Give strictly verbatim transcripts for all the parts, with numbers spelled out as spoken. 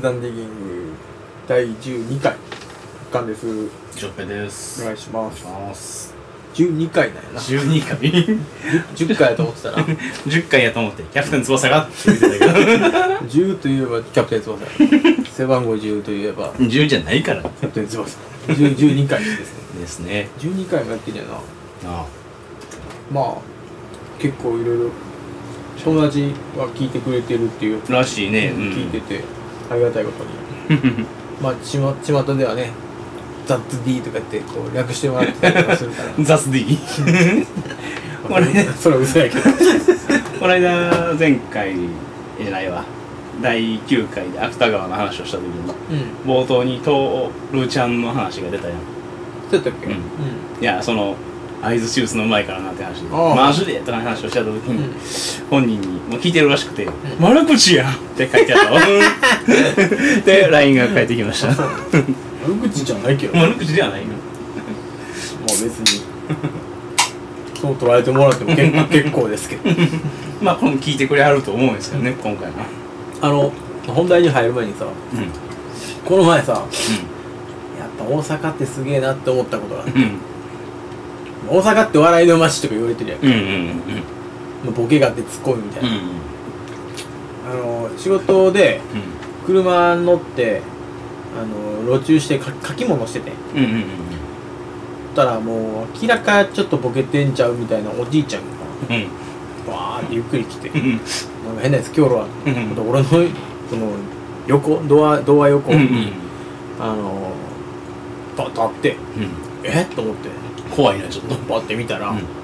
談ディギングだいじゅうにかいかんです。 ジョッペです。 お願いします。 お願いします。 じゅうにかいなんやな。 じゅうにかいじゅっかいやと思ってたな。 じゅっかいやと思ってキャプテン翼がって言ってたけどじゅうといえばキャプテン翼背番号じゅうといえばじゅうじゃないからキャプテン翼じゅう、じゅうにかいですね。 ですね。 じゅうにかいもやってんやな。 ああ、 まあ結構いろいろ友達は聞いてくれてるっていうらしいね、 うん、 うん、 聞いててありがたいことにまあちま巷ではねザッツ D とか言ってこう略してもらってたりとかするからザス D これそれは嘘やけどこの間前回じゃないわだいきゅうかいで芥川の話をした時に、うん、冒頭にトールちゃんの話が出たやん。 そうやったっけ、うんうん、 いやその合図手術のうまいからなって話でマジでとか話をした時に、うん、本人にもう聞いてるらしくて、うん、悪口やんって書いてあったで ライン が返ってきました悪口じゃないけど悪口ではないよもう別にそう捉えてもらっても結構, 結構ですけどまあこの聞いてくれはると思うんですけどね今回はあの本題に入る前にさ、うん、この前さ、うん、やっぱ大阪ってすげえなって思ったことがあって、うん大阪って笑いの街とか言われてるやんか、うんうんうん、ボケがあってツッコミみたいな、うんうん、あの仕事で車乗ってあの路駐してか書き物してて、うんうんうん、たらもう明らかちょっとボケてんちゃうみたいなおじいちゃんが、うん、バーってゆっくり来て、うん、なんか変なやつ今日は、うんうん、俺のその横ドアドア横に、うんうん、あのバッとあって、うん、えっと思って怖いなちょっとパッて見たら、うん、あの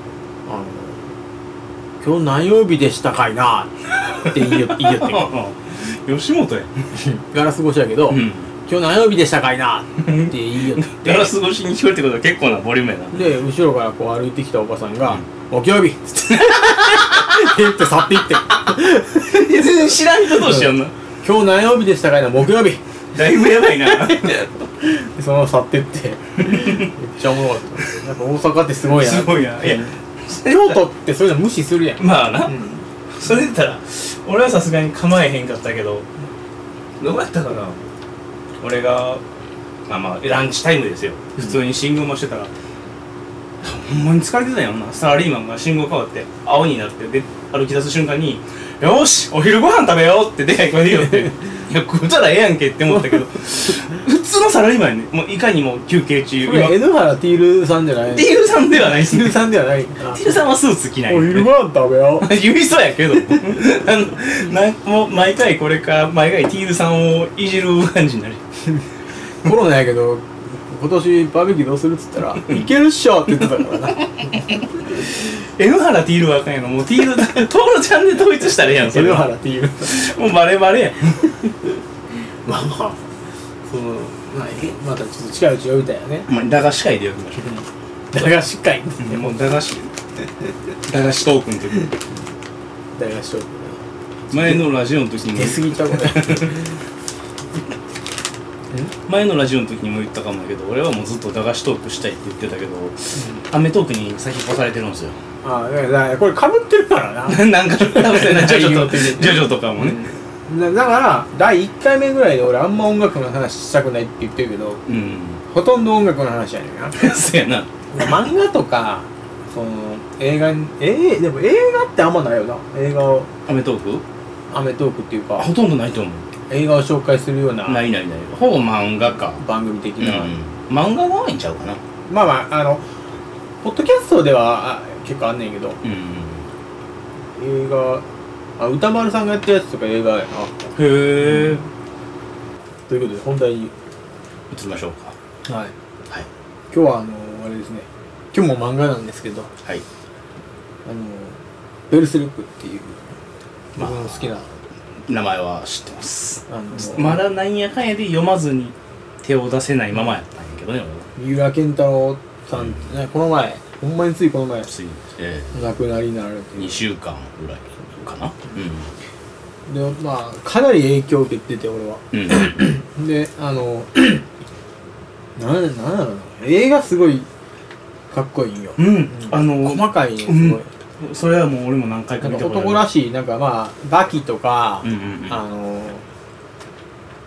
今日何曜日でしたかいなって言いよって吉本やガラス越しやけど、うん、今日何曜日でしたかいなって言いよってガラス越しに聞こえるってことは結構なボリュームやなで後ろからこう歩いてきたおばさんが「木曜日!」っつって言って去っていって全然知らん人同士やんな今日何曜日でしたかいな木曜日だいぶやばいなそのまま去ってってめっちゃおもろかったやっぱ大阪ってすごいなすごいないや京都ってそういうの無視するやんまあな、うん、それ言ったら俺はさすがに構えへんかったけどどうやったかな俺がまあまあランチタイムですよ、うん、普通に信号もしてたらほんまに疲れてたよなサラリーマンが信号変わって青になってで歩き出す瞬間によーしお昼ご飯食べようってでかい声で言うっていや食うたらええやんけって思ったけど普通のサラリーマンやねもういかにも休憩中これ N 原ティールさんじゃないティールさんではないティールさんではないティールさんはスーツ着ないお昼ご飯食べよう言いそうやけどあのなもう毎回これから毎回ティールさんをいじる感じになるコロナやけど今年バーベキューどうするっつったらいけるっしょって言ってたからな N 原ティールはあかんやろもうティールトールちゃんで統一したらええやんそれ N 原ティールもうバレバレやんまあまあそのまあまたちょっと近いうち呼びたいよねまあ駄菓子会で呼びましょう駄菓子会もう駄菓子駄菓子トークの時駄菓子トーク前のラジオの時に出過ぎちゃうこれ前のラジオの時にも言ったかもだけど俺はもうずっと駄菓子トークしたいって言ってたけど、うん、アメトークに先越されてるんですよああだからこれ被ってるからななんか被ってるなジョジョとジョジョとかもね、 うん、だからだいいっかいめぐらいで俺あんま音楽の話したくないって言ってるけど、うん、ほとんど音楽の話やねんなそうやな漫画とかその映画にえー、でも映画ってあんまないよな映画をアメトークアメトークっていうかほとんどないと思う映画を紹介するようなないないないほぼ漫画か番組的な、うん、 漫画が多いんちゃうかなまあまああのポッドキャストでは結構あんねんけど、うん、映画あ歌丸さんがやってるやつとか映画やなへえ、うん、 ということで本題に移りましょうかはい、はい、今日はあのあれですね今日も漫画なんですけどはいあのベルセルクっていう僕の好きな、まあ名前は知ってます。あのまだなんやかんやで読まずに手を出せないままやったんやけどね三浦健太郎さんってね、うん、この前ほんまについこの前つい、えー、亡くなりになられてにしゅうかんぐらいかな、 うん、でまあかなり影響を受けてて俺は、うん、であのなんなんだろうな映画すごいかっこいいよ、 うんうん、あの細かいねすごい、うんそれはもう俺も何回か見たことある男らしいなんかまあバキとか、うんうんうん、あの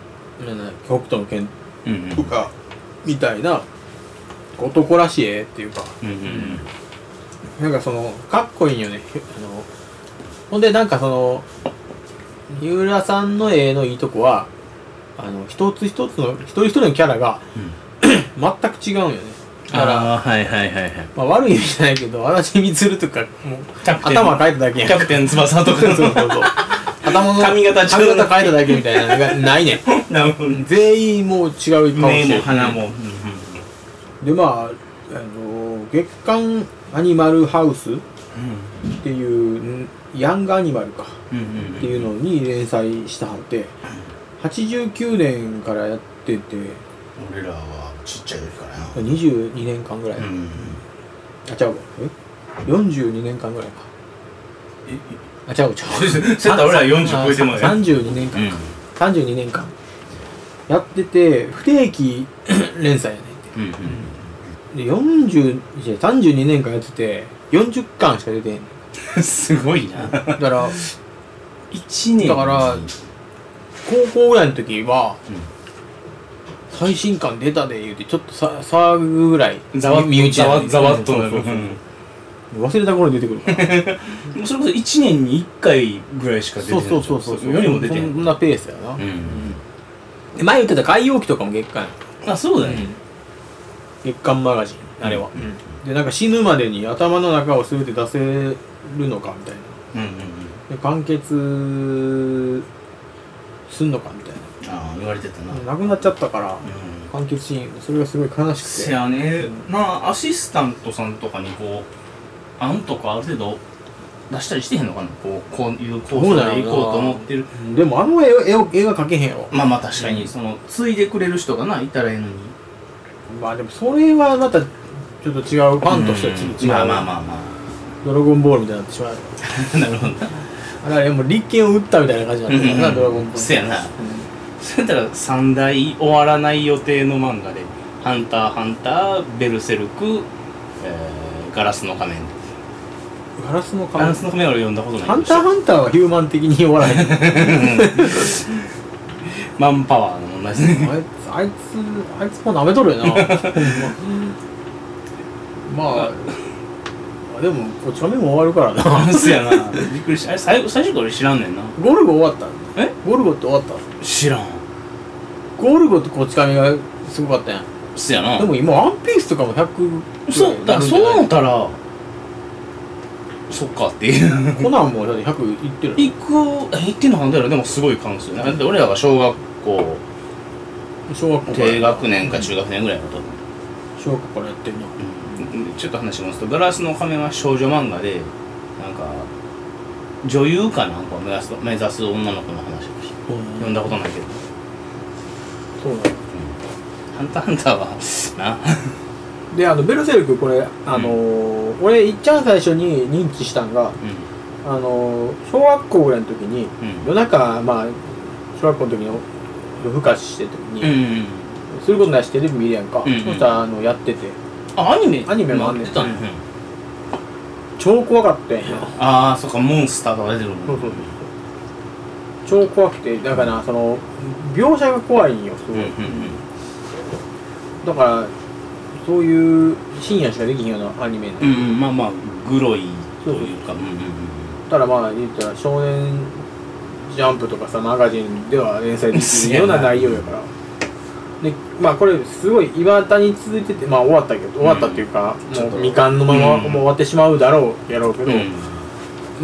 北斗の拳とかみたいな男らしい絵っていうか、うんうんうん、なんかそのかっこいいよね。あのほんでなんかその三浦さんの絵のいいとこはあの一つ一つの一人一人のキャラが、うん、全く違うんよね。だから、はいはいはいはい、まあ、悪い意味じゃないけど足立満とかもう頭変えただけやん。 キャプテン翼とかそうそうそう頭の髪型髪型変えただけみたいなのがないねん全員もう違う顔して目も鼻も、 でまあ、あの月刊アニマルハウスっていう、ヤングアニマルかっていうのに連載したはって、はちじゅうきゅうねんからやってて、 俺らはちっちゃい時からなにじゅうにねんかんぐらい、うんうん、あ、ちゃうわ、えよんじゅうにねんかんぐらいか、えあ、ちゃうちゃうそうやったら俺らよんじゅう超えてもねさんじゅうにねんかんか、うん、さんじゅうにねんかんやってて不定期連載やねんて、うんうん、でよんじゅうさんじゅうにねんかんやっててよんじゅっかんしか出てへんすごいな。 だからいちねんだから高校ぐらいの時は、うん、最新刊出たで言うてちょっとさ騒ぐぐらいざわ身内ざわざわっとなる、忘れた頃に出てくるからそれこそいちねんにいっかいぐらいしか出てない。 そうそうそうそうよりも出てんそんなペースやな、うんうん、で前言ってた海洋記とかも月刊あ、そうだね、 うん、月刊マガジンあれは、うんうん、でなんか死ぬまでに頭の中を全て出せるのかみたいな、うんうんうん、で完結すんのかみたいな、ああ言われてたな。 亡くなっちゃったから、うん、完結シーンそれがすごい悲しくて。 せやね、うん、まあアシスタントさんとかにこう案とかある程度出したりしてへんのかな、こうこういう構想でいこうと思ってる。 でもあの絵絵を絵が描けへんやろ。 まあまあ確かに、うん、その継いでくれる人がないたらええのに。 まあでもそれはまたちょっと違う、ファンとしてはちょっと違う、 まあまあまあまあドラゴンボールみたいになってしまうなるほどあれはもう立憲を打ったみたいな感じになってるからな、ドラゴンボール。 そうやな、うん、そうやったらさんだい終わらない予定の漫画で「ハンターハンター」「ベルセルク」えー「ガラスの仮面」 ガラスの仮面ガラスの仮面は読んだことない。 ハンターハンターはヒューマン的に終わらないマンパワーの問題ですね。 あいつあいつあいつも舐めとるよなまあでもこっち亀も終わるからなそうやな、びっくりした。あれ最後最初から知らんねんな。 ゴルゴ終わったえゴルゴって終わった知らん。 ゴルゴとこっち亀がすごかったやん。 そうやな。 でも今ワンピースとかもひゃくそうだからそう思ったらそっかっていうコナンもだってひゃくいってる。 いくいってんのかな。でもすごい関数ね。だって俺らが小学校小学校低学年か中学年ぐらいのと小学校からやってるの、 うん、ちょっと話しますと、ガラスの仮面は少女漫画でなんか女優かなんかを目指す目指す女の子の話を読んだことないけど、 そうなんだ、 うん、ハンターハンターはなで、あのベルセルクこれあのーうん、俺いっちゃん最初に認知したんが、うん、あのー、小学校ぐらいの時に、うん、夜中まあ小学校の時の夜更かししてる時に、うんうん、することないしテレビ見るやんか、うんうん、そしたらあのやってて、 あ、アニメアニメもあんねん、 うんうん、 超怖かったんや。 ああ、そっか、モンスターとか出てるもん。 そうそうそう、超怖くて、だからその描写が怖いんよ、すごい、うんうんうん、だからそういう深夜しかできひんようなアニメなんで、 うんうん、まあまあグロいというか、 ただまあ言ったら少年ジャンプとかさマガジンでは連載できるような内容やからで、まあこれすごい岩田に続いてて、まあ終わったけど、終わったっていうか、うん、もう未完のまま、うん、もう終わってしまうだろうやろうけど、うん、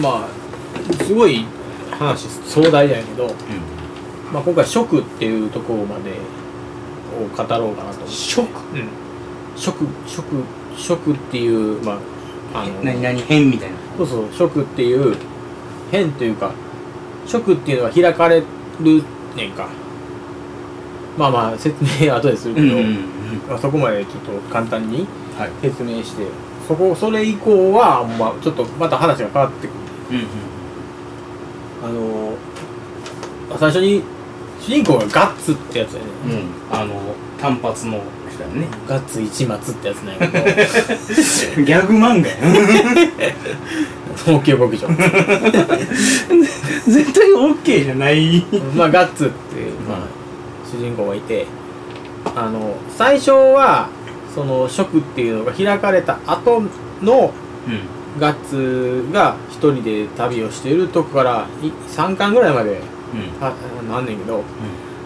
まあすごい話壮大やけど、うん、まあ今回食っていうところまでを語ろうかなと思って。 食、うん、 食食食っていうまああの何何変みたいな。 そうそう、食っていう変というか食っていうのは開かれるねんか。まあまあ説明は後でするけど、うんうんうん、まあ、そこまでちょっと簡単に説明して、はい、そこそれ以降は、まあ、ちょっとまた話が変わってくる、うんうん、あの最初に主人公がガッツってやつやね、 うん、あの単発の人やね、 ガッツ一松ってやつなんやけどギャグ漫画や東京牧場絶対 OK じゃないまあガッツって、まあ主人公がいて、あの最初はその職っていうのが開かれた後のガッツが一人で旅をしているとこからさんかんぐらいまで、うん、あなんねんけど、うん、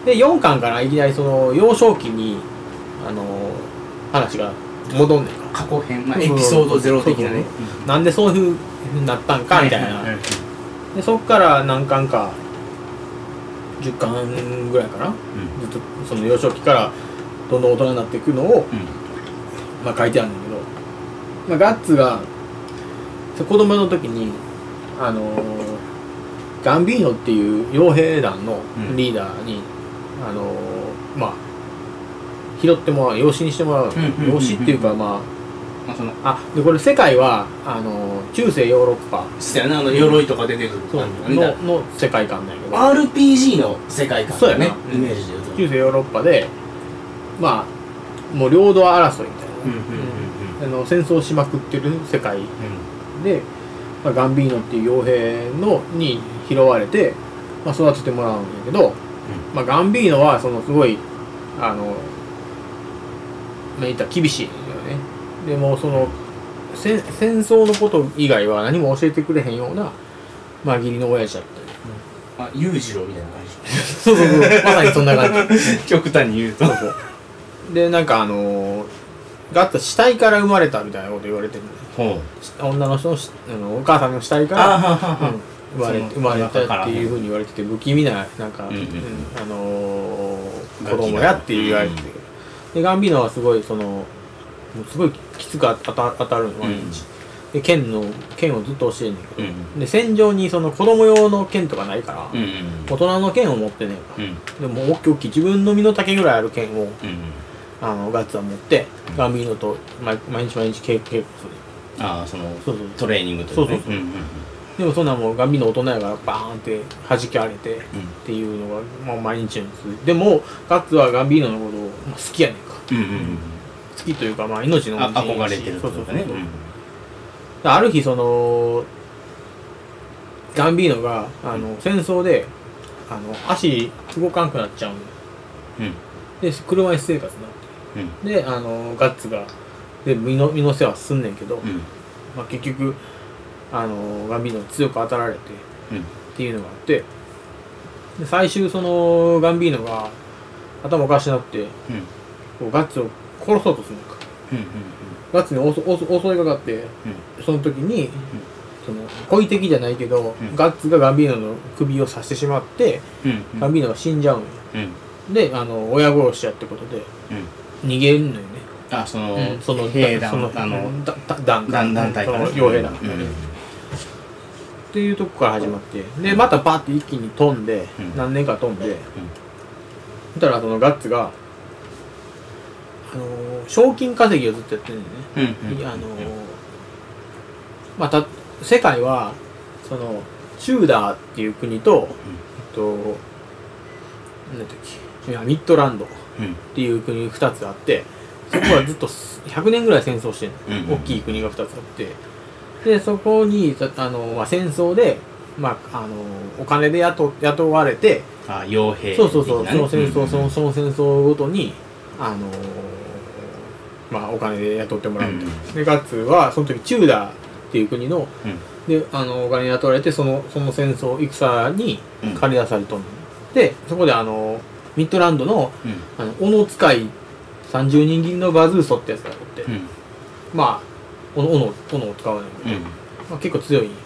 でよんかんからいきなりその幼少期にあの話が戻んねんか過去編、まあ、エピソードゼロ的なね、 なんでそういうふうになったんかみたいな、でそっから何巻かじゅっかんぐらいかな、うん、ずっとその幼少期からどんどん大人になっていくのを、うん、まあ書いてあるんだけど、まあ、ガッツが子供の時にあのー、ガンビーノっていう傭兵団のリーダーに、うん、あのー、まあ拾ってもらう養子にしてもらう、うん、養子っていうかまあまあ、そのあでこれ世界はあの中世ヨーロッパそうやな、あの鎧とか出てくる感じのの世界観だけどアールピージー の世界観だね、イメージで言うと中世ヨーロッパでまあもう領土争いみたいな、あの戦争しまくってる世界で、まあ、ガンビーノっていう傭兵のに拾われて、まあ、育ててもらうんだけど、うんまあ、ガンビーノはそのすごいあのまあ言ったら厳しいんだよね。でもその戦争のこと以外は何も教えてくれへんようなまあ義理の親父だったり、うん、あ裕次郎みたいな感じそうそうそうまさにそんな感じ極端に言うとそうそうでなんかあのー、ガッツ死体から生まれたみたいなこと言われてるんです女の人のあのお母さんの死体から生まれ生まれたっていうふうに言われてて不気味ななんか、うんうんうん、あのー、子供やって言われてて、うん、でガンビーノはすごいそのすごいきつく当た、当たるの毎日、うん、で剣の剣をずっと教えんねんけど、うん、で戦場にその子供用の剣とかないから、うんうん、大人の剣を持ってねえか、うん、でも大きい大きい自分の身の丈ぐらいある剣を、うんうん、あのガッツは持って、うん、ガンビーノと毎日毎日稽古する。 ああそのそうそうトレーニングというか、ね、そうそうそう、うんうんうん、でもそんなもうガンビーノ大人やからバーンって弾き荒れて、うん、っていうのが、まあ、毎日なんです。でもガッツはガンビーノのことを、まあ、好きやねんか、うんうんうん、好きというか、まあ、命の恩人憧れてるというかね、うん、ある日そのガンビーノがあの戦争であの足動かんくなっちゃうの、うん、で車椅子生活になって、うん、であのガッツがで身の身の世話すんねんけど、うんまあ、結局あのガンビーノに強く当たられて、うん、っていうのがあってで最終そのガンビーノが頭おかしなって、うん、こうガッツを殺そうとするのか、うんうんうん、ガッツに襲いかかって、うん、その時に、うん、その故意的じゃないけど、うん、ガッツがガンビーノの首を刺してしまって、うんうん、ガンビーノが死んじゃうのよ、うん、であの親殺しやってことで、うん、逃げるのよね。 あその、うん、 その兵団そのあの団団体から傭兵団からね、うん、っていうとこから始まってでまたバーって一気に飛んで、うん、何年か飛んで、うん、そしたらそのガッツがあのー、賞金稼ぎをずっとやってるんだよね、うんうん、あのー、また世界はそのチューダーっていう国と、うん、えっと何だっけいやミッドランドっていう国ふたつあってそこはずっとひゃくねんぐらい戦争してるの、うん、大きい国がふたつあってでそこにあの、まあ、戦争で、まあ、あのお金で雇雇われてあ傭兵そうそうそうその戦争、うん、そのその戦争ごとにあのまあお金で雇ってもらうみたいな、うん、でガッツはその時チューダーっていう国の、うん、であのお金雇われてそのその戦争戦に借り出されとんの、うん、でそこであのミッドランドの、うん、あの斧使いさんじゅうにん切りのバズーソってやつがおって、うん、まあ斧斧斧を使わないけど、うんまあ、結構強い、うん、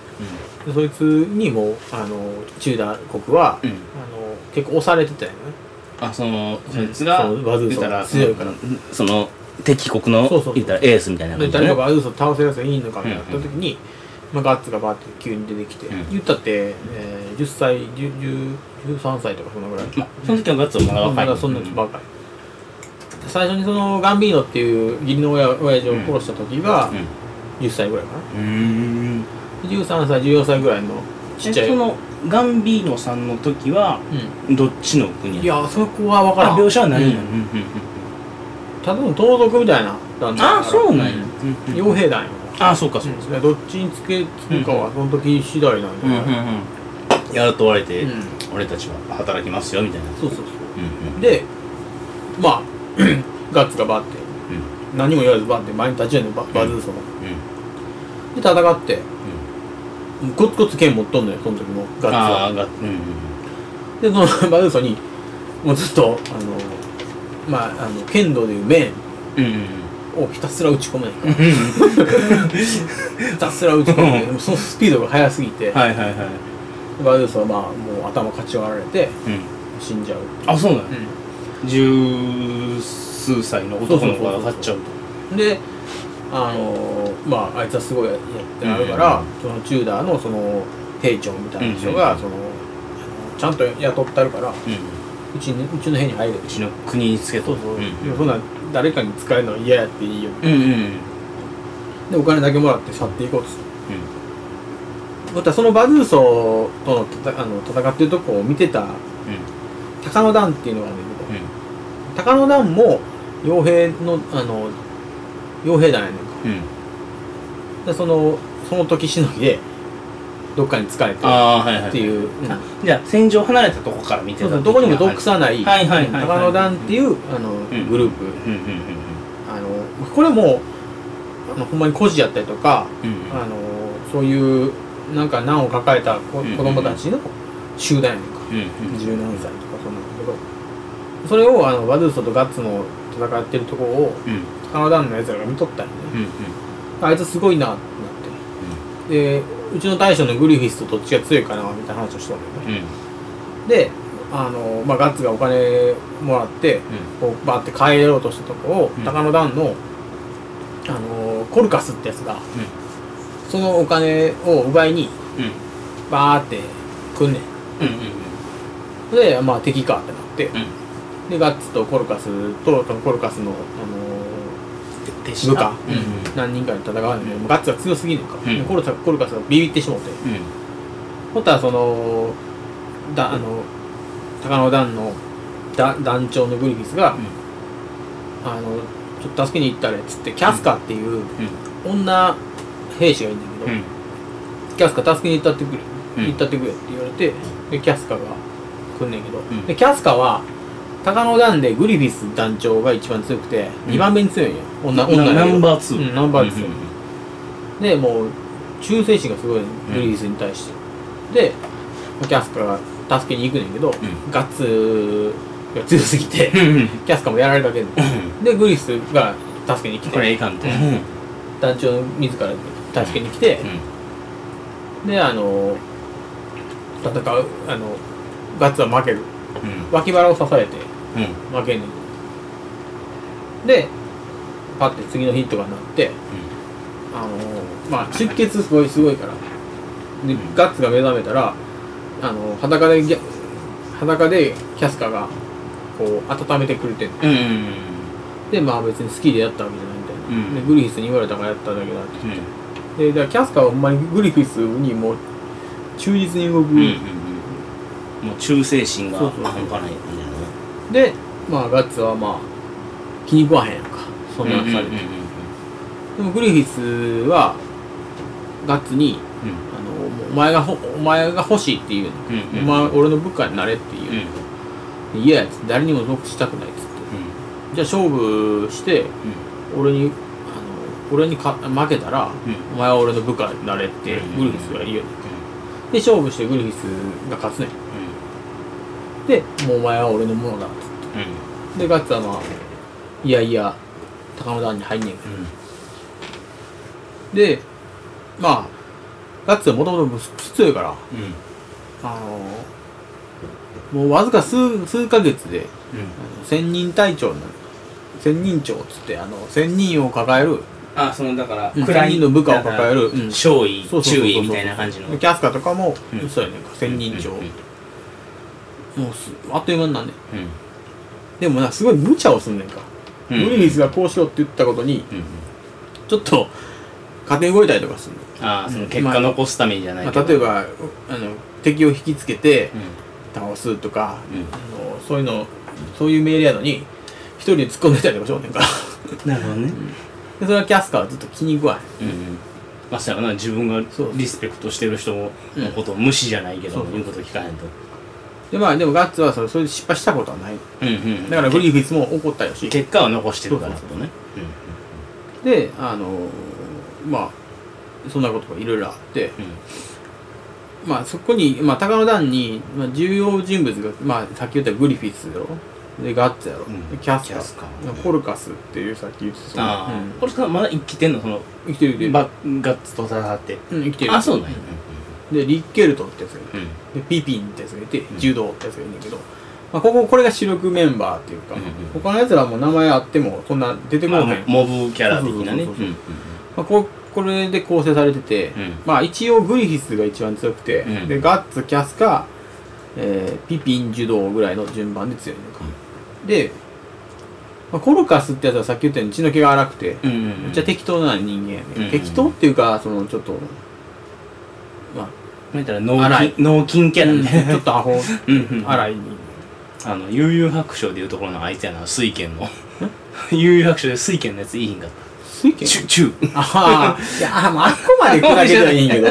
でそいつにもあのチューダー国は、うん、あの結構押されてたよね。 あそのそいつが、 うん、バズーソが強いから、うん、 その敵国のそうそうそう言ったらエースみたいな感じで、 誰かバズーソ倒せるやつがいいのかみたいなった時に、うんうんまあ、ガッツがバーって急に出てきて、うん、言ったって、えー、じゅっさいじゅうさんさいとかそのぐらい、まあ、 その時のガッツはまだ若い、 まだそんな時若い、うん、最初にそのガンビーノっていう義理の親親父を殺した時がじゅっさいぐらいかな、うん、じゅうさんさいじゅうよんさいぐらいのちっちゃいそのガンビーノさんの時はどっちの国、 うん、いやそこは分からん描写は何なの、 うんうん、多分盗賊みたいな団体あそうなんや、 うん、傭兵団よあそうかそうか、 うん、どっちにつけつくかはその時次第なんで、 うんうんうん、雇われて、うん、俺たちは働きますよみたいなそうそうそううん、でまあガッツがバーって、うん、何も言わずバーって前に立ち会うのバズーソが、うん、で戦って、うん、コツコツ剣持っとんのよその時もガッツは。あ、うんうん、でそのバズーソにもうずっとあのまああの剣道でいう面、うんうん、をひたすら打ち込めないからひたすら打ち込めないそのスピードが速すぎて、はいはいはい、バズーソはまあもう頭かち割られて、うん、死んじゃう。 あ、そうなの、うん、十数歳の男の子が勝っちゃうと。 であのー、まああいつはすごいやってなるから、うん、そのチューダーのその兵長みたいな人が、うん、そのちゃんと雇ってあるから、うん、うちにうちの部屋に入れる。 うちの国につけと。 そうそう、うん、そんな誰かに使えるのは嫌やっていいよ、うんうん、でお金だけもらって去っていこうとする。うん、またそのバズーソとのあの戦ってるとこを見てた、うん、高野団っていうのがあるんだけど、うん、高野団も傭兵のあの傭兵団やねんか、うん、でそのその時しのぎでどっかに疲れてっていう、 じゃあ戦場離れたとこから見てた。 そうそう、どこにも属さない高野団っていうあのグループ、あのこれもあのほんまに孤児やったりとか、うん、あのそういうなんか難を抱えた子、うん、子供たちの集団やねんか、うん、じゅうなんさいとかそんなんだけど、それをあのバズーソとガッツの戦ってるところを、うん、高野団のやつらが見とったんよね、うんうん、あいつすごいなってなって、うん、でうちの大将のグリフィスとどっちが強いかなみたいな話をしたんだよね、うん、であの、まあ、ガッツがお金もらって、うん、こうバーって帰ろうとしたとこを、うん、高野団の、あのコルカスってやつが、うん、そのお金を奪いに、うん、バーって来んねん、うんうんうん、で、まあ、敵かってなって、うん、でガッツとコルカスとコルカスの、あの部下、うんうん、何人かで戦うのに、うん、ガッツが強すぎるのか、うん、コルコルカスがビビってしもって、うん、ほったらそのだあの高野団のだ団長のグリフィスが、うん、あのちょっと助けに行ったれっつってキャスカっていう女兵士がいるんだけど、うん、キャスカ助けに行ったってくれ、うん、行ったってくれって言われて、でキャスカが来んねんけど、うん、でキャスカは高野団でグリフィス団長が一番強くて、うん、にばんめに強いんよ。女女ナンバーツー、 うん、ナンバーツー、うん、でもう忠誠心がすごいグリフィスに対して、うん、でキャスカが助けに行くねんけど、うん、ガッツが強すぎて、うん、キャスカもやられかける、うん、でグリフィスが助けに来て、 これいかんと、うん、 団長自ら助けに来て、うん、であの戦うあのガッツは負ける、うん、脇腹を刺されて、うん、負けんねん。でパッて次のヒットがなって、うん、あのまあ出血すごいすごいからで、うん、ガッツが目覚めたらあの裸で裸でキャスカがこう温めてくれてんの、うんうんうん、でまあ別に好きでやったわけじゃないみたいな、うん、でグリフィスに言われたからやっただけだって言って、うん、でだからキャスカはほんまにグリフィスにもう忠実に動く、うんうんうん、 もう忠誠心が半端ないみたいな。 でまあガッツはまあ気に食わへんやんかそんなされて、うんうんうんうん、でもグリフィスはガッツに、うん、あのお前がほお前が欲しいっていうの、うんうん、お前俺の部下になれっていうの、うん、いやつって誰にも属したくないっつって、うん、じゃあ勝負して、うん、俺にあの俺にか負けたら、うん、お前は俺の部下になれってグリフィスが言うよね、うん、で勝負してグリフィスが勝つね、うん、でもうお前は俺のものだっつって、うん、でガッツはまあいやいや高野団に入んねんけど、うん、でまあガッツはもともと強いから、うん、あのもうわずか数数ヶ月で、うん、あの千人隊長になる千人長っつってあの千人を抱えるあそのだから千人の部下を抱える少尉中尉みたいな感じのキャスカとかも、うん、そうやねんか千人長、うんうんうん、もうすあっという間になんねん、うん、でもなすごい無茶をすんねんか、うん、グリフィスがこうしようって言ったことに、うん、ちょっと勝手に動いたりとかするの。 ああその結果残すためにじゃないけど、 まあ、例えばあの敵を引きつけて倒すとか、うん、あのそういうのそういう命令やのに一人で突っ込んでたりとかしようねんからなるほどね、うん、 でそれはキャスカはずっと気に食わへん、うんうん、 まあそうやな自分がリスペクトしてる人のことを無視じゃないけど言うこと聞かへんとでまあでもガッツはそれそれで失敗したことはない、 うんうん、 だからグリフィスも怒ったよし結果は残してるからとね。 であのまあそんなことがいろいろあって、うん、まあそこに、まあ、高野団に、まあ、重要人物が、まあ、さっき言ったグリフィスやろでガッツやろ、うん、でキャスカスかコルカスっていうさっき言ってたあ、うん、コルカスまだ生きてんのその生きてる生きてるガッツと戦って、 うん、生きてるあそうなんや、 うん、でリッケルトってやつがいて、うん、でピピンってやつがいて、うん、柔道ってやつがいるんだけど、まあ、こここれが主力メンバーっていうか、うんうん、他のやつらも名前あってもそんな出てこない、まあ、 モブキャラ的なねこれで構成されてて、うん、まあ一応グリフィスが一番強くて、うん、でガッツキャスカ、えー、ピピン柔道ぐらいの順番で強いのか、うん、で、まあ、コルカスってやつはさっき言ったように血の気が荒くて、うんうんうん、めっちゃ適当な人間やね、うんうん、適当っていうかそのちょっとまあ見たら脳筋キャラみたいな、 ちょっとアホ荒いあの悠々白書でいうところのあいつやな水拳の悠々白書で水拳のやついいんかった水拳チュチュああいやああこまで砕けてはいいんけど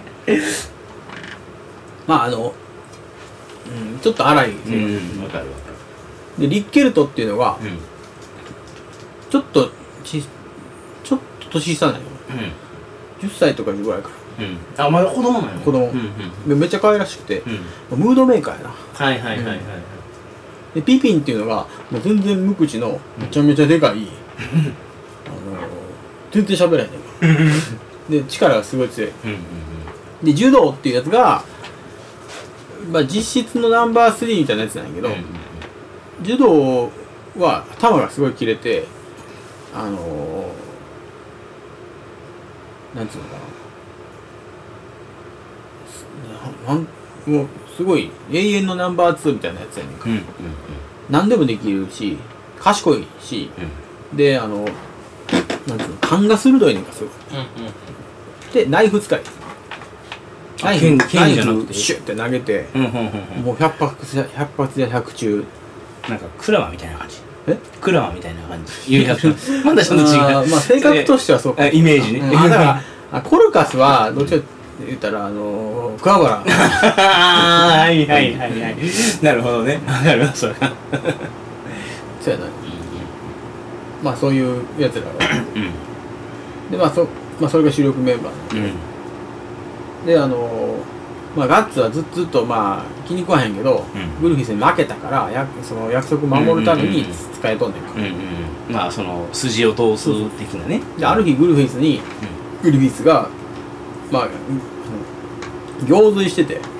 まああの、うん、ちょっと荒いですよ、うん、 分かる分かるでリッケルトっていうのが、うん、ちょっとちちょっと年下なんよ、うん、じゅっさいとかぐらいから、 うん、あまだ子供なんよ子供、うんうん、めっちゃ可愛らしくて、うん、ムードメーカーやなはいはいはいはい、うん、 でピピンっていうのがもう全然無口のめちゃめちゃでかい、うん全然喋らへんねんからで力がすごい強い、うんうんうん、で柔道っていうやつが、まあ、実質のナンバースリーみたいなやつなんやけど、うんうんうん、柔道は球がすごい切れてあのー、なんつうのかななんもうすごい永遠のナンバーツーみたいなやつやねんか、うんうんうん、何でもできるし賢いし、うん、であのなんていうの勘が鋭いねんかすごい、うんうん、でナイフ使いナイフナイフシュッて投げて、うんうんうんうん、もうひゃく発ひゃく発やひゃく中なんかクラマみたいな感じえクラマみたいな感じゆうひゃくまだちょっと違うまあ性格としてはそうかイメージね、 うん、あだからコルカスはどっちかって言ったらあのー、桑原はいはいはいはいなるほどねわかるわそれそうやなまあそういうやつらが、うん、でまあ そ,、まあ、それが主力メンバーなんで、うん、であのまあガッツはずっとずっとまあ気に食わへんけど、うん、グルフィスに負けたからやその約束守るために使えとんねんか、うんうんうん、 まあその筋を通す的なねである日グルフィスに、うん、グルフィスがまあ行水してて、うん、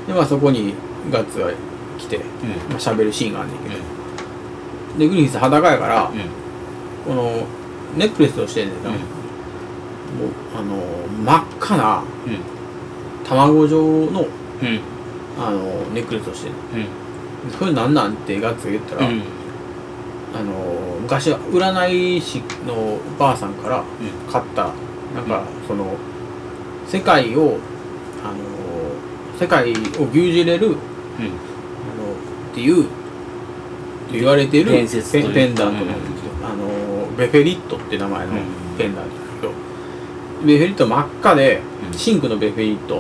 でまあそこにガッツが来て、うんまあ、喋るシーンがあんねんけど、うんでグリフィス裸やから、うん、このネックレスをしてんねんな、うん、もうあの真っ赤な、うん、卵状の、うん、あのネックレスをしてんねん、うん、それなんなんってガッツが言ったら、うん、あの昔占い師のおばあさんから買った、うん、なんかその世界をあの世界を牛耳れる、うん、あのっていうと言われているペンダントなんですよ、うん、あのベフェリットって名前のペンダントだけど、うん、ベフェリット真っ赤で、うん、シンクのベフェリット、うん、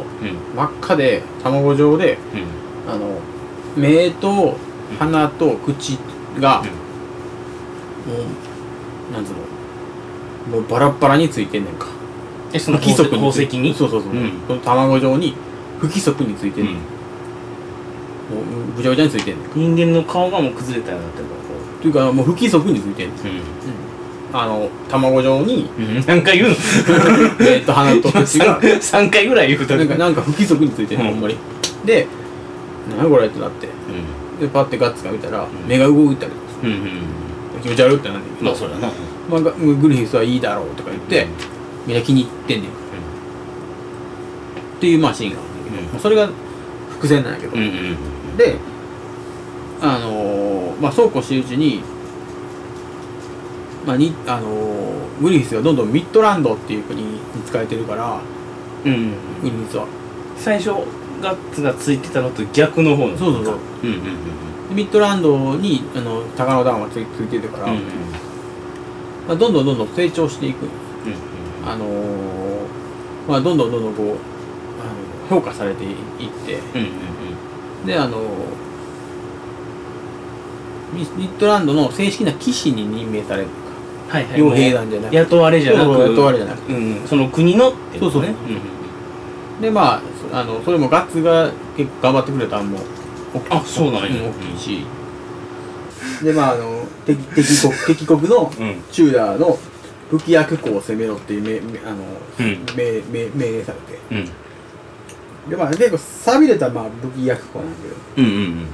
真っ赤で卵状で、うん、あの目と鼻と口が、うん、もうなんつうのもうバラバラについてんねんかえその不規則についてにそうそうそう、うん、その卵状に不規則についてんねん、うんもうぐちゃぐちゃについてんねん人間の顔がもう崩れたようになってるからこうというかもう不規則についてんねん、うんうん、あの卵状に、 うん、何回言うのえっと鼻と口がさんかいぐらい言うとなんかなんか不規則についてんねん、うん、ほんまにで何これってなって、うん、でパッてガッツが見たら、うん、目が動いたりとか、うんうん、気持ち悪いってなんだけど、 まあそれはな、 まあ、グリフィスはいいだろうとか言って、うん、みんな気に入ってんねん、うん、っていうまあシーンがあるんだけど、うん、それが伏線なんやけど、うんうん、であのー、まあそうこうしてるうちにまあにあのー、グリフィスがどんどんミッドランドっていう国に使えてるから、うん、グリフィスは最初ガッツがついてたのと逆の方のそうそうそう、うんうんうん、ミッドランドにあの高野団はついてるから、うんうんまあ、どんどんどんどん成長していく、うんうん、あのー、まあどんどんどんどんこうあの評価されていって、うんうんうん、 であのミッドランドの正式な騎士に任命されるか、はいはい、傭兵団じゃなくて雇われじゃなく雇われじゃなくて、 うん、その国のってことね。そうそうね、うん、でまああのそれもガッツが結構頑張ってくれたんもあそうなんや、 大きいし、でまああの敵敵国敵国のチューダーの武器役校を攻めろっていう命あの、うん、命命命令されて、うん、でまあ結構寂れたまあ武器役校なんだけど、うんうんうん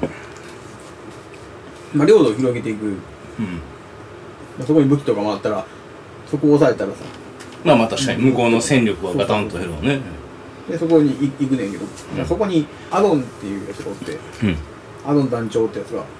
まあ、領土を広げていく、うんまあ、そこに武器とかもあったらそこを抑えたらさまあまあ確かに向こうの戦力はガタンと減るわね。 でそこに行くねんけど、うん、そこにアドンっていうやつがおって、うん、アドン団長ってやつがおって、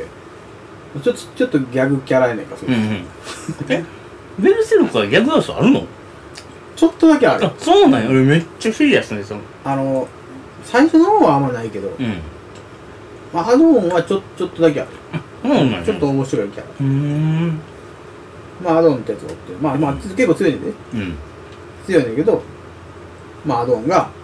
うん、ちょっとちょっとギャグキャラやねんかそれ、うんうん、 えベルセルクはギャグ要素あるの？ ちょっとだけある。 あそうなんや。俺めっちゃシリアスねそのあの最初の方はあんまないけど、うんまあ、アドンはちょちょっとだけある。 うん、 ちょっと面白いキャラ。うーんまあアドンってやつがおってまあまあ結構強いねんで、うん、強いねんけどまあアドンが、あの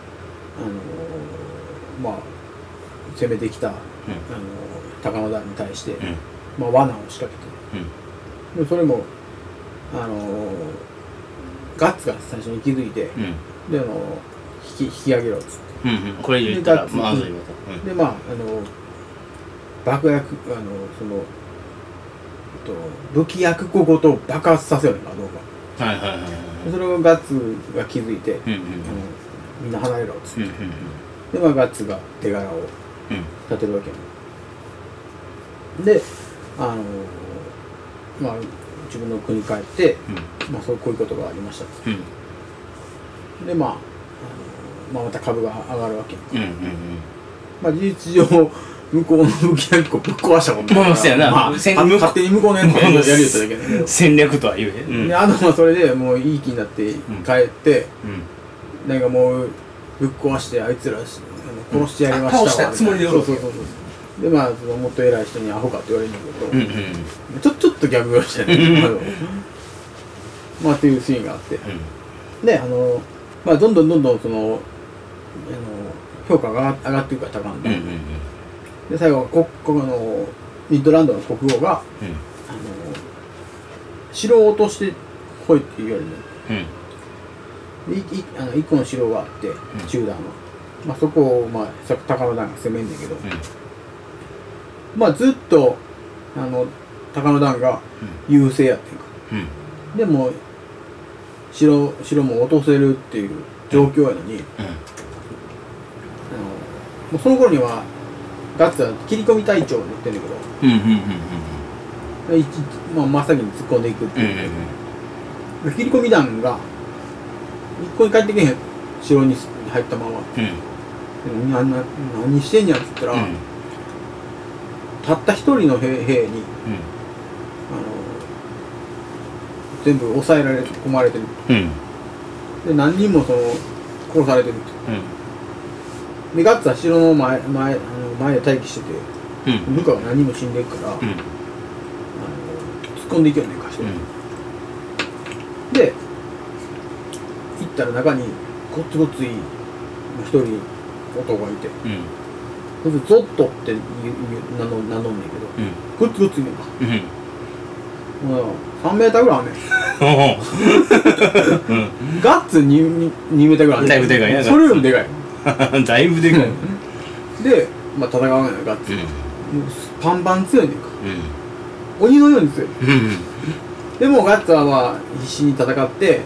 ー、まあ攻めてきた、うん、あの高野団に対して、うん、まあ罠を仕掛けて、うん、でそれもあのー、ガッツが最初に気づいて、うん、であのー、引き引き上げろっつって、うんうん、これ言ったらまずいわと、うん、でまああのー、爆薬あのそのと武器薬庫ごと爆発させようねんアドンが。はいはいはいはい。それをガッツが気づいて、うんうんうん、あのみんな離れろっつって、うんうんうん、でまあガッツが手柄を立てるわけや、うん、であのまあ自分の国に帰って、うん、まあそうこういうことがありました、うん、でまあ、あのまあ、また株が上がるわけ、うんうんうん、まあ事実上向こうの武器薬庫ぶっ壊したもんね。 まあそうやな、まあ、 勝手に向こうのやつをやりよっただけだけど戦略とは言え、うん、 でアドンはそれでもういい気になって帰って、うん、なんかもうぶっ壊してあいつら殺してやりましたわ、うん、倒したつもりでそうそうそうそうでまあそのもっと偉い人にアホかって言われるんだけど、うんうん、ちょちょっとギャグをしてねまあっていうシーンがあって、うん、であのまあどんどんどんどんそのあの評価が上がっていくから高んで、うんうんうんで最後ここのミッドランドの国王が、うん、あの城を落としてこいって言われるの、うん、でいいあの一個の城があって、うん、チューダーの、まあ、そこを、まあ、高野団が攻めんねんけど、うん、まあずっとあの高野団が優勢やってんか、うん、でも城城も落とせるっていう状況やのに、うんうん、あのもうその頃にはガッツは切り込み隊長を言ってるんだけど、うんうんうんうんまあ、真っ先に突っ込んでいくっていう、うんうん、切り込み団が一向に帰ってけへん城に入ったまま、うん、なな何してんやんっつったら、うん、たった一人の兵、兵に、うん、あの全部抑えられ込まれてる、うん、で何人もその殺されてるって、うんでガッツは城の前、前、あの前で待機してて、うん、部下が何も死んでるから、うん、あの突っ込んでいけよねんかして、うん、で行ったら中にごっつごっつい一人男がいて、うん、それでゾットって名乗んねんけど、うん、ごっつごっついねんか、うん、もうさんメーターぐらいあんねんガッツ に, にメーターぐらいあんねんだいぶでかいなそれよりでかいだいぶでかいで、まあ、戦わないガッツ、うん、パンパン強いねんか、うん、鬼のように強い、うん、でもガッツはまあ必死に戦って、うん、あの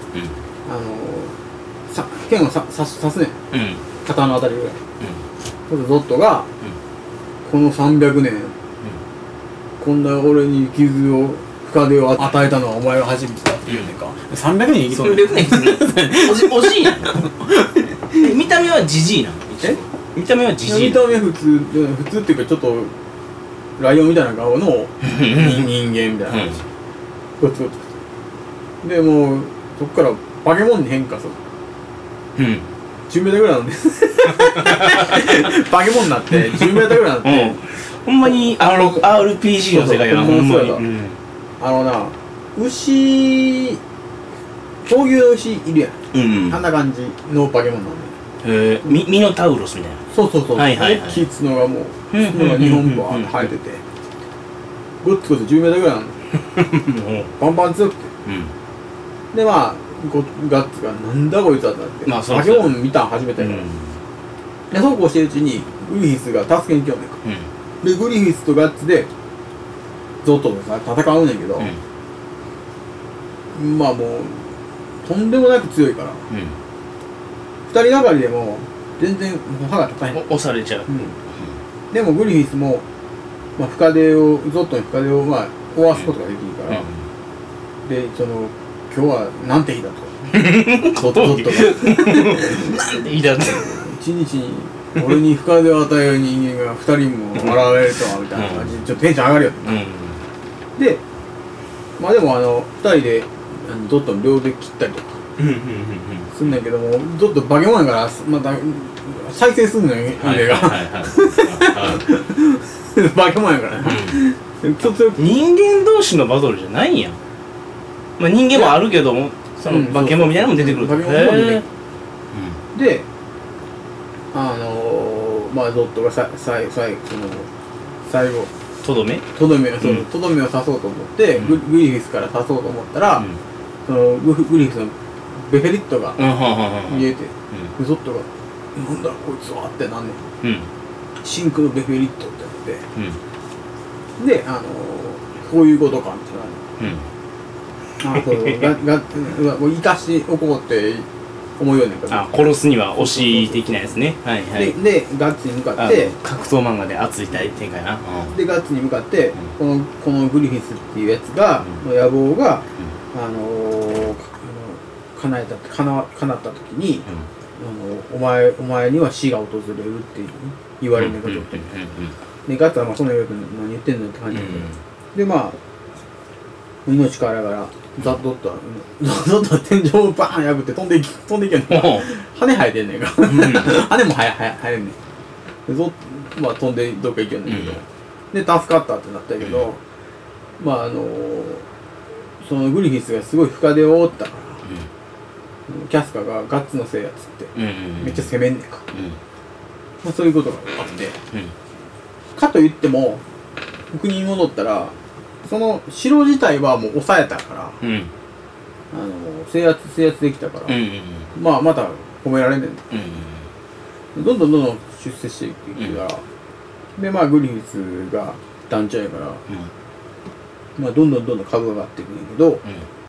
さ剣をさ刺すねん、うん、肩のあたりぐらい、うん、ゾットが、うん、このさんびゃくねん、うん、こんな俺に傷を深手を与えたのはお前が初めてだって言うねんかさんびゃくねん生きてるさんびゃくねん生きてるおじいやん見た目はジジイなのえ見た目はジジイ見た目は普通普通っていうかちょっとライオンみたいな顔の人間みたいな話ゴツゴツでもうそっからバケモンに変化するうんじゅうメーターぐらいなんでバケモンになってじゅうメーターぐらいになって、うん、 ほんまに アールピージー の世界やなほんまに、うん、 あのな牛闘牛の牛いるやん、うんうん、あんな感じのバケモンなんでへえ、ミミノタウロスみたいな。 そうそうそう、 はいはいはい、 大きい角がもう角がにほんバーッと生えてて、ごっつごつじゅうメートルぐらいあるのバンバン強くて、うん、でまあゴガッツがなんだこいつだってなって、まあバケモン見たん初めてやから、うん、でそうこうしてるうちにグリフィスが助けに来ようねんか、うん、でグリフィスとガッツでゾットとさ戦うねんけど、うん、まあもうとんでもなく強いから、うん、ふたりがかりでも全然歯が立たへん。 押されちゃう、うん、 でもグリフィスも、まあ、深手をゾットの深手をまあ壊すことができるから、うん、でその今日はなんて日だとゾットがなんて日だと一日に俺に深手を与える人間がふたりも現れるとはみたいな感じでちょっとテンション上がるよ、うん、でまあでもあのふたりであのゾットの両手切ったりとかすんねんけども、ゾット化け物やからまた再生すんのよ腕が化け物やからね、うん、 人間同士のバトルじゃないんや。まあ人間もあるけどもその化け物みたいなのも出てくる。化け物も出てくる。 であのー、まあゾットがささいさいその最後とどめとどめをそうとどめを刺そうと思って、うん、グ, グリフィスから刺そうと思ったら、うん、そのグ, グリフィスのベフェリットが見えて、うん、ゾットが「なんだこいつは」ってなんねん、うん、真空のベフェリットってなって、うん、であのー、こういうことかってなる、うん、あそうががが生かしておこうって思うようになるから、 あ殺すには推し的なやつね。はいはい。 ででガッツに向かって格闘漫画で熱い展開な、 うん、でガッツに向かって、うん、このこのグリフィスっていうやつが、うん、の野望が、うん、あのー、叶えたって叶叶った時に、うん、あのお前お前には死が訪れるって言われるんだけど、でガッツはまあそんな言うけど何言ってんのって感じだけど、うん、でまあ命からがらザッドッとゾッと天井をバーン破って飛んでいき飛んでいけんの羽生えてんねんか、うん、羽も生え生えんねんでゾッまあ飛んでどっか行けんねんけど、うん、で助かったってなったけど、うん、まああのー、そのグリフィスがすごい深手を負ったから、うん、キャスカがガッツのせいやつって、うんうんうん、めっちゃ攻めんねんか、うんまあ、そういうことがあって、うん、かといっても国に戻ったらその城自体はもう抑えたから、うん、あの制圧制圧できたから、うんうんうん、まあまた褒められんねん、うんうん、どんどんどんどん出世していくから、うん、でまあグリフィスが団長やから、うん、まあどんどんどんどん株が上がっていくんやけど、うん